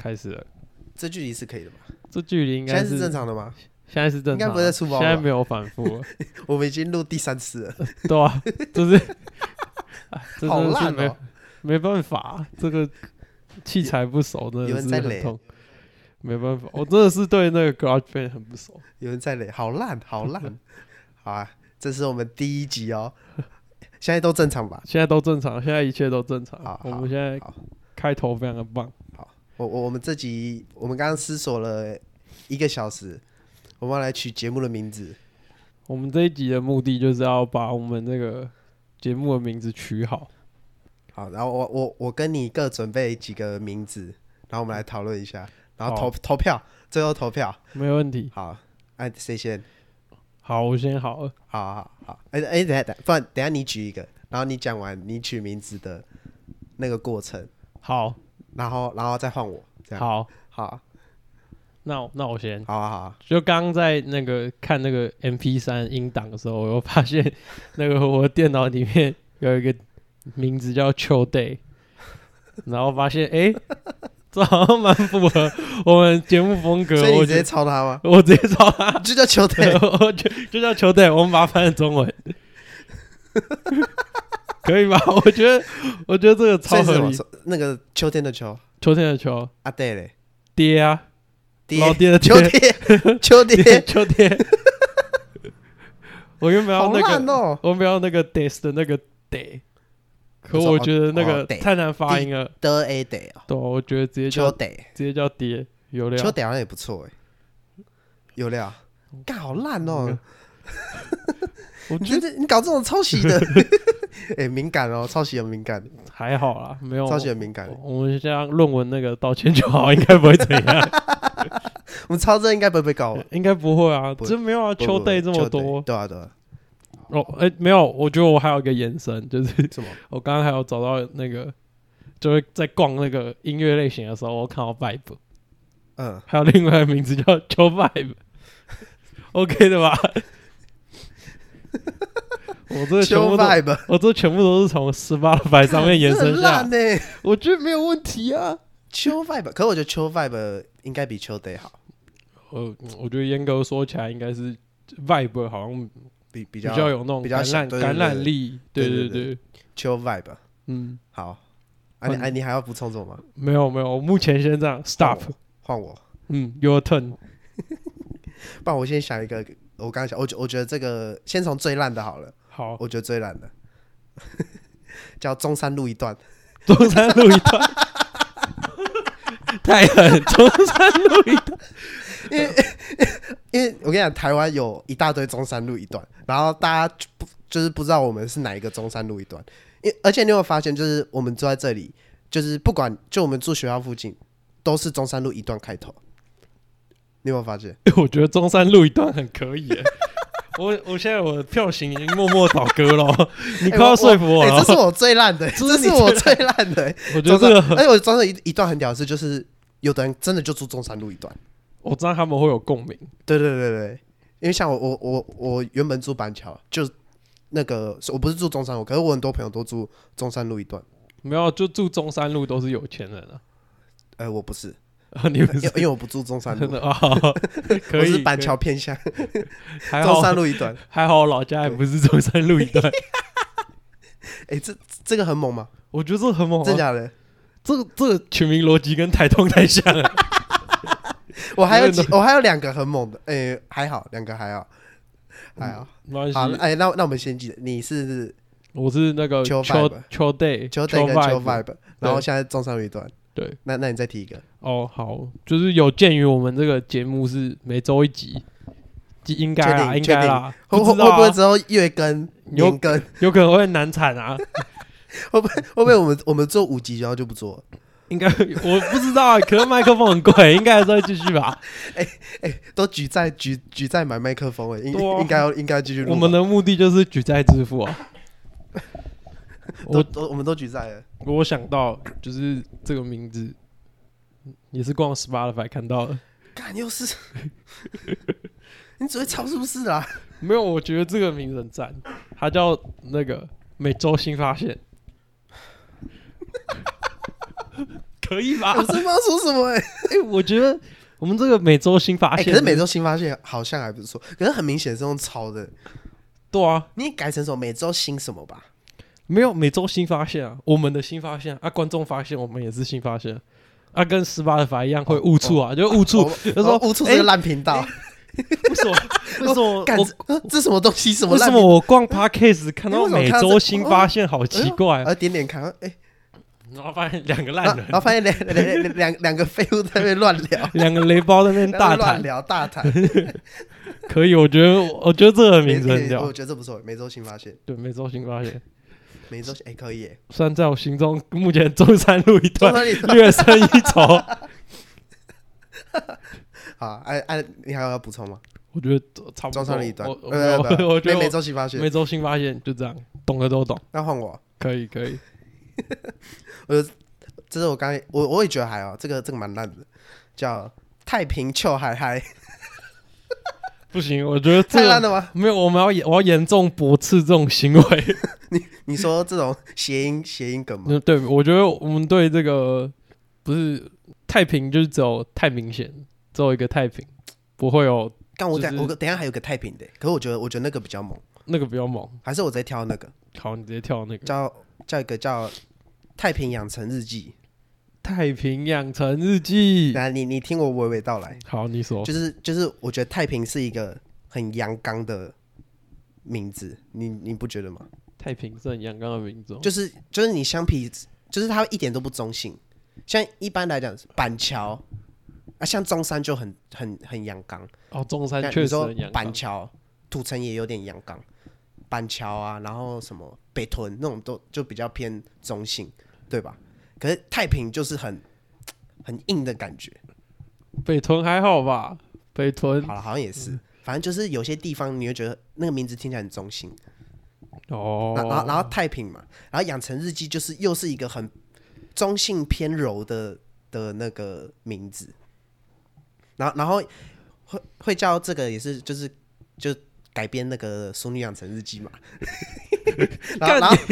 开始了。 这距离是可以的吧？ 这距离应该现在是正常的吗？ 现在是正常的， 应该不会再出包了吧。 现在没有反复了。 我们已经录第3次了， 对啊，就是这好真的是烂哦。 没办法，这个器材不熟真的有人在雷是很痛。没办法，我真的是对那个 GarageBand 很不熟。 有人在雷，好烂，好烂。好啊，这是我们第1集哦。现在都正常吧？ 现在都正常，现在一切都正常。 好， 我们现在开头非常的棒。 好，我们这集我们刚刚思索了1个小时，我们要来取节目的名字。 我们这一集的目的就是要把我们这个节目的名字取好。 好，然后我跟你各准备几个名字，然后我们来讨论一下，然后投票，最后投票， 没问题。 好，谁先？ 好，我先好了。 好，等一下，不然等一下你举一个，然后你讲完你取名字的那个过程， 好， 然后再换我，这样。好， 那我先。 好， 就刚刚在那个看那个 MP3 音档的时候，我又发现那个我的电脑里面有一个名字叫 Chill Day， 然后发现这好像蛮符合我们节目风格。 所以你直接抄他吗？ 我直接抄他， 就叫球队， 就叫球队，我们把它翻成中文，可以吧？我觉得这个超合理。 那个秋天的秋， 秋天的秋啊，对嘞， 爹啊，老爹的秋爹， 秋爹。我原本要那个， 哦、 我原本要那个 des 的那个 day。可我觉得那个太难发音了。 的 a day 啊， 对，我觉得直接叫爹，有料。 秋 day 好像也不错有料。干好烂哦！我觉得你搞这种抄袭的，敏感哦，抄袭很敏感。 还好啦，没有抄袭很敏感。 我们像论文那个道歉就好，应该不会怎样。 我们抄这应该不会被告， 应该不会啊，真没有啊，秋 day 这么多。 对啊。 没有，我觉得我还有一个延伸，就是什么？ 我刚刚还有找到那个，就是在逛那个音乐类型的时候，我看到 Vibe， 还有另外一个名字叫秋 Vibe，OK 的吧？我这全部都是从Spotify上面延伸下来，我觉得没有问题啊。 秋 Vibe， 可是我觉得秋 Vibe 应该比秋 Day 好。 我觉得严格说起来，应该是 Vibe 好像比较有那种感染力。对， 秋 Vibe， 好。你还要补充什么吗？ 没有，目前先这样 ，Stop， 换我。 Your turn。 不然我先想一个，我刚想，我觉得这个先从最烂的好了。 好， 我觉得最烂的叫中山路一段。 中山路一段，太狠！中山路一段， 因为我跟你讲，台湾有一大堆中山路一段，然后大家就是不知道我们是哪一个中山路一段。而且你有没有发现，就是我们住在这里，就是不管就我们住学校附近，都是中山路一段开头。你有没有发现？ 我觉得中山路一段很可以耶。我现在我的票型已经默默倒戈了，你快要说服我了。 这是我最烂的，这是我最烂的。 我觉得这个， 而且我中山一段很屌的是，就是有的人真的就住中山路一段， 我知道他们会有共鸣。 对，因为像我原本住板桥，就那个我不是住中山路，可是我很多朋友都住中山路一段。 没有，就住中山路都是有钱人啊。 我不是。 你不是因为我不住中山路， 可以， 我是板桥偏向中山路一段。 还好我老家也不是中山路一段。 这个很猛吗？ 我觉得这个很猛， 真假的？ 这个取名逻辑跟台通太像了。 我还有2个很猛的，还好，2个还好。 没关系。 好，那我们先记得， 我是那个秋 day 跟秋 Vibe， 然后现在中山路一段。 对， 那你再提一个。 好，就是有鉴于我们这个节目是每周1集，应该啦， 会不会之后月更、年更， 有可能会难产啊？ 会不会我们做5集然后就不做了？ 应该我不知道啊，可能麦克风很贵，应该还是会继续吧。 都举债买麦克风，应该继续录。 我们的目的就是举债致富啊。 我们都举债了。 我想到就是这个名字，也是逛 Spotify 看到的。 干又是，你只会抄是不是啊？ 没有，我觉得这个名字很赞，它叫那个每周新发现。 可以吧？ 我真不知道说什么我觉得我们这个每周新发现， 可是每周新发现好像还不错，可是很明显是用抄的。 对啊， 你也改成什么每周新什么吧？ 没有每周新发现啊，我们的新发现啊，观众发现我们也是新发现啊，跟18的法一样会误触啊，就误触，就说误触这个烂频道。 为什么？ 这什么东西？ 为什么我逛 Podcast 看到每周新发现，好奇怪？ 点点看， 然后发现2个烂人， 然后发现两个废物在那边乱聊 ，2个雷包在那边大谈， 大谈。 可以，我觉得这个名字很屌， 我觉得这不错，每周新发现。 对，每周新发现， 每周可以耶。 虽然在我心中，目前中山路一段略胜一筹。 好，你还有要补充吗？ 我觉得差不多。 中山路一段， 我觉得每周新发现， 每周新发现就这样，懂的都懂。 那换我， 可以。 这是我刚才我也觉得还好，这个蛮烂的，叫太平秋嗨嗨。 不行，我觉得太烂了吗？ 没有，我要严重驳斥这种行为。 你说这种谐音梗吗？ 对，我觉得我们对这个不是太平，就是只有太明显，只有一个太平，不会有。 我等一下还有个太平的，可是我觉得那个比较猛， 那个比较猛， 还是我直接挑那个？ 好，你直接跳那个。 叫一个叫《太平养成日记》。 太平养成日记。 来，你听我娓娓道来。 好，你说。 就是我觉得太平是一个很阳刚的名字，你不觉得吗？ 太平是很阳刚的名字， 就是你相比，就是它一点都不中性。像一般来讲，板桥啊，像中山就很阳刚。 哦，中山确实很阳刚。 板桥、土城也有点阳刚。板桥啊，然后什么北屯那种都就比较偏中性，对吧？可是太平就是很硬的感觉。 北屯还好吧？北屯好像也是，反正就是有些地方你会觉得那个名字听起来很中性。 哦。 然后太平嘛，然后养成日记就是又是一个很中性偏柔的那个名字。然后会叫这个也是就改编那个《淑女养成日记》嘛。然后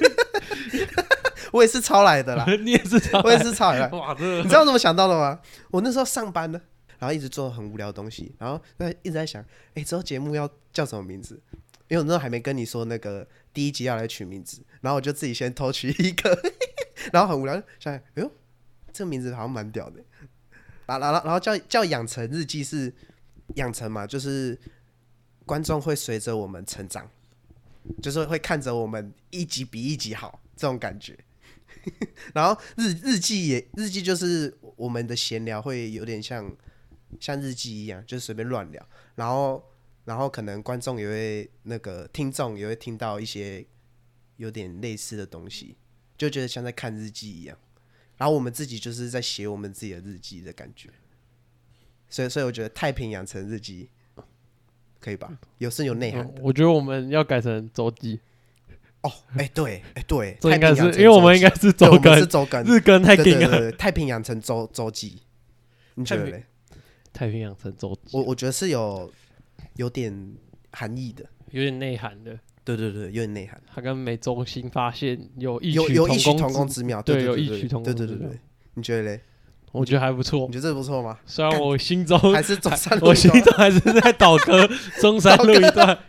我也是抄来的啦。 你也是抄来的？ 我也是抄来的。 哇， 你知道我怎么想到的吗？我那时候上班呢，然后一直做很无聊的东西，然后一直在想，之后节目要叫什么名字？因为我那时候还没跟你说那个第一集要来取名字，然后我就自己先偷取一个，然后很无聊，想，哎呦，这个名字好像蛮屌的。然后叫养成日记是养成嘛，就是观众会随着我们成长，就是会看着我们一集比一集好这种感觉。然后日记就是我们的闲聊会有点像日记一样，就是随便乱聊，然后可能观众也会那个听众也会听到一些有点类似的东西，就觉得像在看日记一样。然后我们自己就是在写我们自己的日记的感觉，所以我觉得太平养成日记可以吧？是有内涵的。 我觉得我们要改成周记。 哦，对， 这应该是因为我们应该是周更，日更太硬了。 对，太平养成周记，你觉得嘞？ 太平养成周记， 我觉得是有点含义的， 有点内涵的。 对，有点内涵。 它跟每周新发现有异曲同工之妙， 对，有异曲同工之妙。 对，你觉得嘞？ 我觉得还不错。 你觉得这不错吗？ 虽然我心中还是中山路， 我心中还是在倒戈中山路一段。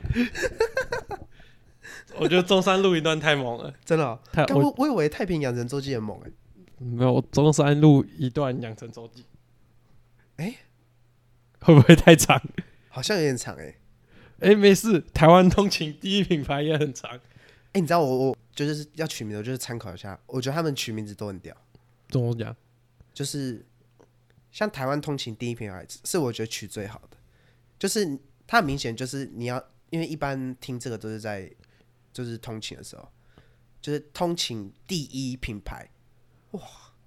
我觉得中山路一段太猛了， 真的、哦。我以为太平养成周记很猛没有，中山路一段养成周记，会不会太长？ 好像有点长没事，台湾通勤第一品牌也很长。 你知道我就是要取名的，我就是参考一下，我觉得他们取名字都很屌。 怎么讲？ 就是像台湾通勤第一品牌是我觉得取最好的，就是它很明显就是你要，因为一般听这个都是在就是通勤的时候，就是通勤第一品牌，哇，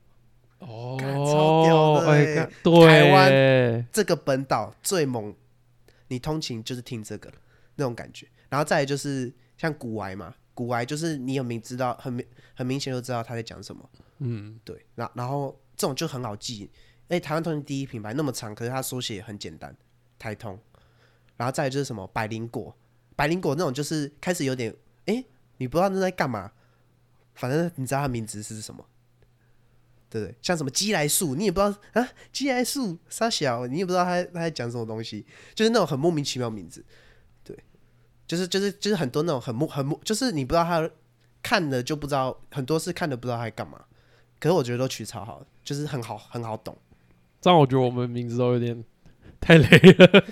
超屌的对， 台湾这个本岛最猛，你通勤就是听这个那种感觉，然后再来就是像古玩嘛，古玩就是你有知道很明显就知道他在讲什么，对，然后这种就很好记，台湾通勤第一品牌那么长，可是它缩写很简单，台通，然后再来就是什么百灵果那种就是开始有点你不知道那在干嘛，反正你知道它名字是什么， 对不对？像什么鸡来素，你也不知道啊，鸡来素啥小，你也不知道他在讲什么东西，就是那种很莫名其妙的名字，对，就是很多那种就是你不知道他看了就不知道，很多是看了不知道他在干嘛，可是我觉得都取超好，就是很好懂。 这样我觉得我们名字都有点太雷了。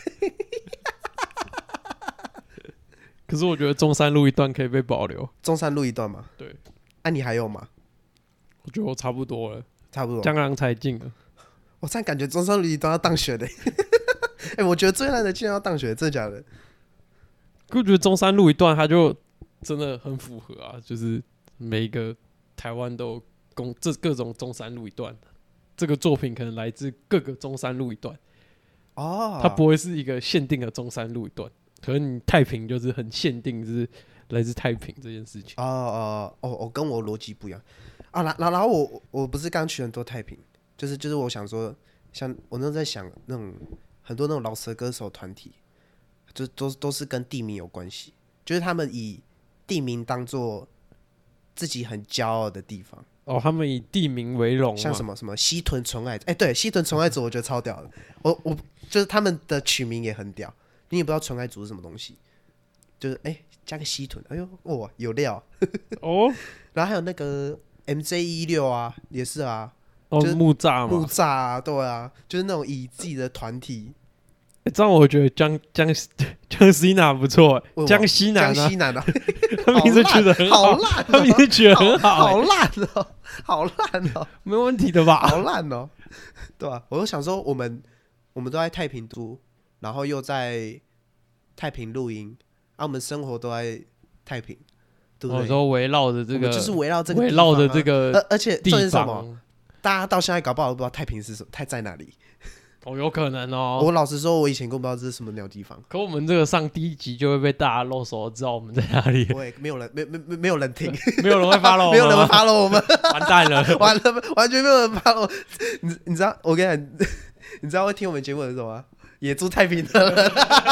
可是我觉得中山路一段可以被保留。 中山路一段嘛， 对。 你还有吗？ 我觉得我差不多了， 差不多。 江郎才尽了。 我这样感觉中山路一段要当选的。我觉得最烂的竟然要当选，真的假的？ 我觉得中山路一段它就真的很符合啊，就是每一个台湾都有各种中山路一段，这个作品可能来自各个中山路一段。哦，它不会是一个限定的中山路一段，可能你太平就是很限定，就是来自太平这件事情。 跟我逻辑不一样啊。然后我不是刚去很多太平，就是我想说，像我那时候在想那种很多那种饶舌歌手团体，就都是跟地名有关系，就是他们以地名当做自己很骄傲的地方。 哦，他们以地名为荣， 像什么西屯纯爱子，对，西屯纯爱子我觉得超屌的。我就是他们的取名也很屌，你也不知道纯爱组是什么东西，就是加个西屯，哎呦哇有料哦。然后还有那个 MJ16啊，也是啊，就是木栅嘛， 木栅啊，对啊，就是那种以自己的团体。 这样我觉得江西南不错，江西南啊， 他名字取得很好，他名字取得很好， 好烂哦，好烂哦， 没问题的吧？ 好烂哦，对吧？我就想说，我们都在太平读，然后又在太平录音，我们生活都在太平，对不对？ 我说围绕着这个， 就是围绕这个， 围绕着这个， 而且重点是什么？大家到现在搞不好都不知道太平是什么，在哪里。 有可能哦。 我老实说，我以前根本不知道这是什么鸟地方。 可我们这个上第一集就会被大家露手，知道我们在哪里。 没有人听， 没有人会follow， 没有人会follow我们， 完蛋了， 完了，完全没有人follow。你知道我跟你讲，你知道会听我们节目的是什么吗？野猪太平的人。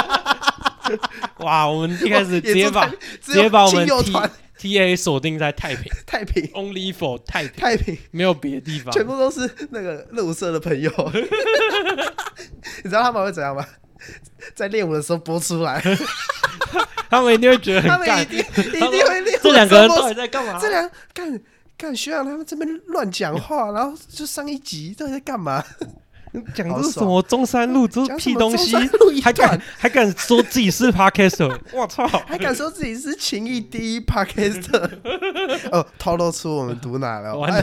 哇，我们一开始直接把我们TA 锁定在太平，Only for 太平，没有别的地方， 全部都是那个热舞社的朋友。你知道他们会怎样吗？在练舞的时候播出来， 他们一定会觉得很干， 一定会练舞。 这两个人到底在干嘛？ 这两干学长他们这边乱讲话，然后就上一集到底在干嘛？ 讲的是什么中山路，这是屁东西，还敢说自己是 podcaster， 我操， 还敢说自己是情谊第一 podcaster， 透露出我们读哪了，完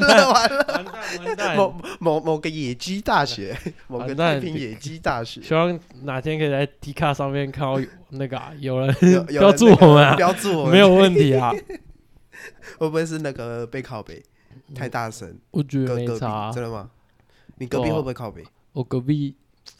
了，某个野鸡大学，某个太平野鸡大学， 希望哪天可以在 D 卡上面看到那个有人标注我们啊， 标注我们没有问题啊， 会不会是那个背靠背太大声？ 我觉得没差， 真的吗？你隔壁会不会靠北？ 我隔壁，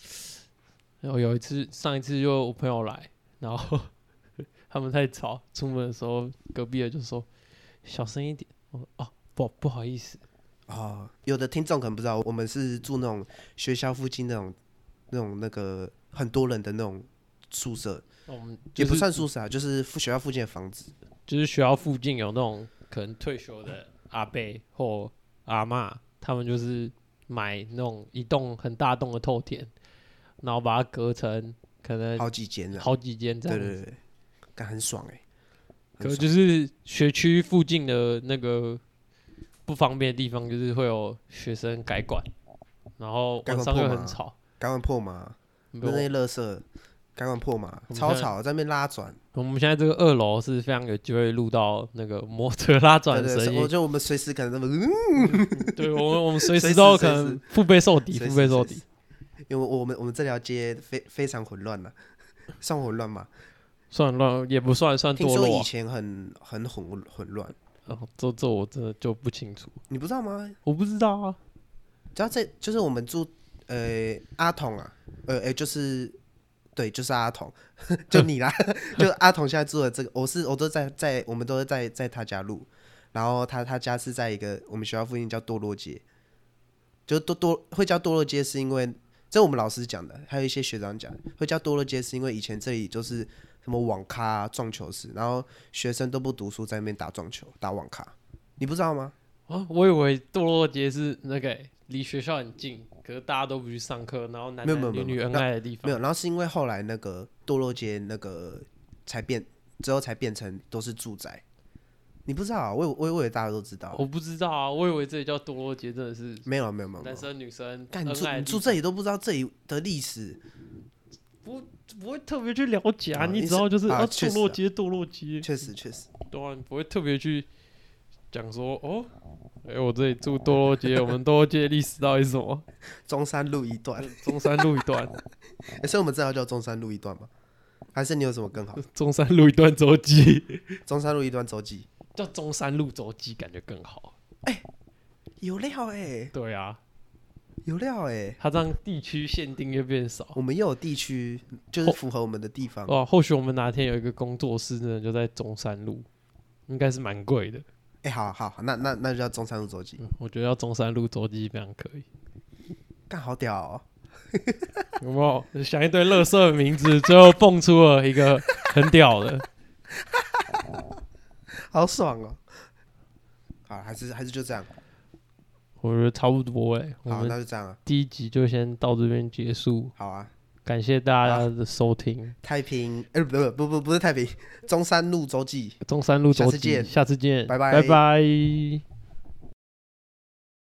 上一次就我朋友来，然后他们太吵，出门的时候隔壁的就说小声一点。不好意思。 有的听众可能不知道，我们是住那种学校附近那个很多人的那种宿舍，也不算宿舍啊，就是学校附近的房子。 就是学校附近有那种可能退休的阿伯或阿嬷，他们就是买那种一栋很大栋的透天，然后把它隔成可能好几间这样子。 对，感很爽可就是学区附近的那个不方便的地方，就是会有学生改管，然后晚上又很吵。 改管破嘛，那些垃圾改管破嘛，超吵，在那边拉转。 我们现在这个2楼是非常有机会录到那个摩托车拉转的声音。 我觉得我们随时可能那么， 对，我们随时都可能腹背受敌。 因为我们这条街非常混乱了，算混乱吗？ 算乱也不算多落。 听说以前很混乱。 这我真的就不清楚。 你不知道吗？ 我不知道啊。 只要就是我们住阿童啊，对，就是阿童，就你啦，就阿童现在住的这个，我都我们都是在他家录，然后他家是在一个我们学校附近叫堕落街，就会叫堕落街是因为这是我们老师讲的，还有一些学长讲会叫堕落街是因为以前这里就是什么网咖撞球室，然后学生都不读书在那边打撞球打网咖，你不知道吗？ 啊，我以为堕落街是那个离学校很近，可是大家都不去上课，然后男男女女恩爱的地方。 没有，然后是因为后来那个堕落街那个之后才变成都是住宅。你不知道啊？我以为大家都知道。 我不知道啊，我以为这里叫堕落街，真的是没有， 男生女生干恩爱的地方。 你住这里都不知道这里的历史， 不会特别去了解啊，你知道就是堕落街，堕落街， 确实， 对啊，你不会特别去讲说哦，我这里住堕落街，我们堕落街的历史到底是什么？ 中山路一段， 中山路一段， 所以我们这条叫中山路一段吗？还是你有什么更好？ 中山路一段周记， 中山路一段周记叫中山路周记，感觉更好。 有料对啊， 有料它这样地区限定又变少。 我们又有地区，就是符合我们的地方。 哇，或许我们哪天有一个工作室，真的就在中山路，应该是蛮贵的。 好，那就叫中山路周记。 我觉得要中山路周记非常可以。 干好屌哦！ 有没有想一堆垃圾的名字，最后蹦出了一个很屌的？ 好爽哦！好，还是就这样。 我觉得差不多好，那就这样了。 第一集就先到这边结束。 好啊， 感谢大家的收听。 太平，不是太平，中山路周记， 中山路周记， 下次见， 下次见， 拜拜拜拜。